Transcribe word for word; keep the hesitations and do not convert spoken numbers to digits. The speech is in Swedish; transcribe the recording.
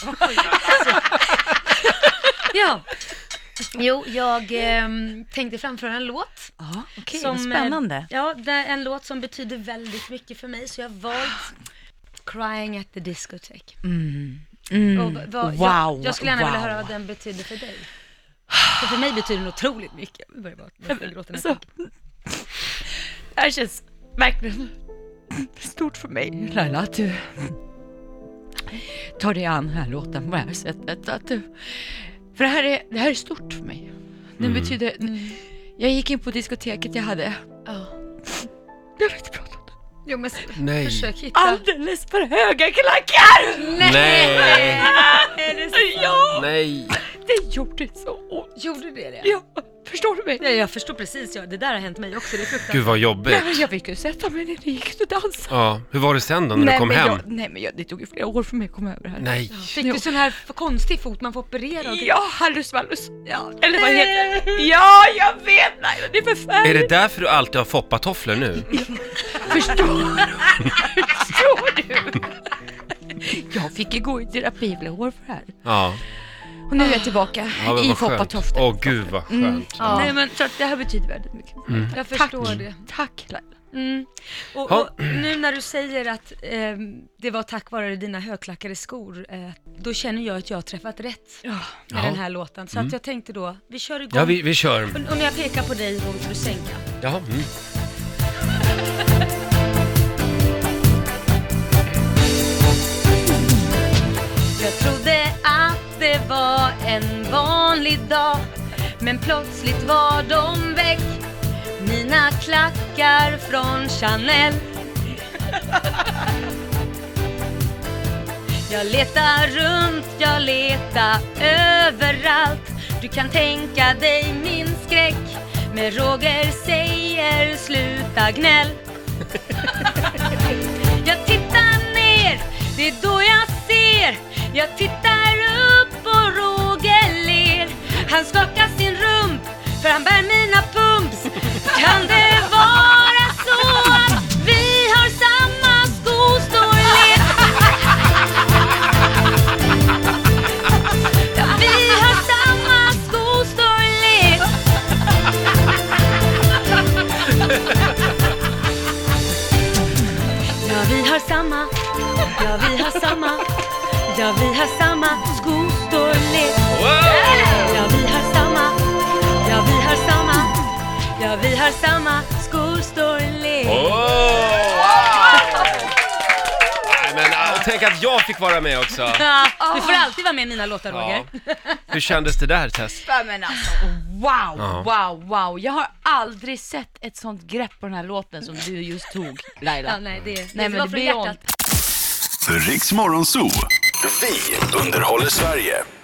Ja. Jo, jag eh, tänkte framföra en låt. Ja, okej, som, spännande. Ja, det är en låt som betyder väldigt mycket för mig. Så jag har valt Crying at the Discotheque. Mm. Mm. Och vad, wow. jag, jag skulle gärna wow. vilja höra vad den betyder för dig. För, för mig betyder den otroligt mycket. Vi börjar bara med låten. Så, det här känns verkligen stort för mig, Laila, att du tar dig an den här låten på det här sättet. Att du, för det här, är, det här är stort för mig. Det Mm. betyder... Mm. Jag gick in på diskoteket jag hade. Ja. Jag vill inte prata om det. Jo, men Nej. försök hitta. Alldeles för höga klackar! Nej. Är det så? Ja, Nej. det gjorde så ont. Gjorde det det? Ja, förstår du mig? Ja, jag förstår precis. Ja. Det där har hänt mig också. Det är fruktansvärt. Gud vad jobbigt. Nej, men jag fick ju sätta mig ner och gick och dansa. Ja, hur var det sen då när du kom men hem? Jag, nej, men jag, det tog ju flera år för mig att komma över det här. Nej. Fick du sån här för konstig fot man får operera? Och Ja, hallus vallus. Ja, eller vad heter det? Ja, jag vet. Nej, det är Är förfärligt. det därför du alltid har foppatofflor nu? Förstår du? Förstår du? Jag fick ju gå i terapi flera år för det här. Ja. Och nu är jag tillbaka Ja, men i vad skönt. foppatoften. Åh gud vad skönt. Mm. Ja. Nej, men så att det här betyder väldigt mycket. Mm. Jag förstår det. Tack, Laila. Mm. Och, Ja. och nu när du säger att eh, det var tack vare dina högklackade skor, eh, då känner jag att jag har träffat rätt Ja. med Ja. den här låten. Så att jag tänkte då, vi kör igång. Ja, vi, vi kör. Och, och när jag pekar på dig, då får du sänka. Ja. Mm. Jag trodde att det var en vanlig dag, men plötsligt var de väck, mina klackar från Chanel. Jag letar runt, jag letar överallt. Du kan tänka dig min skräck, men Roger säger sluta gnäll. Jag tittar ner, det är då jag ser. Jag tittar upp och Roger ler. Han skakar sin rump, för han bär mina pumps. Kan det vara så att vi har samma skostorlek? Ja, vi har samma skostorlek. Ja, vi har samma. Ja, vi har samma. Ja, vi har samma skostorlek. Ja, vi har samma. Ja, vi har samma. Ja, vi har samma skostorlek. Oh, wow! Nej, men, och tänk att jag fick vara med också. Ja, du får alltid vara med i mina låtar, Roger. Ja. Hur kändes det där, Tess? Ja, men alltså, wow, Ja. wow, wow. Jag har aldrig sett ett sånt grepp på den här låten som du just tog, Laila. Ja, nej, det, det, Nej, det men var det från blir hjärtat. Riks Morgonzoo. Vi underhåller Sverige.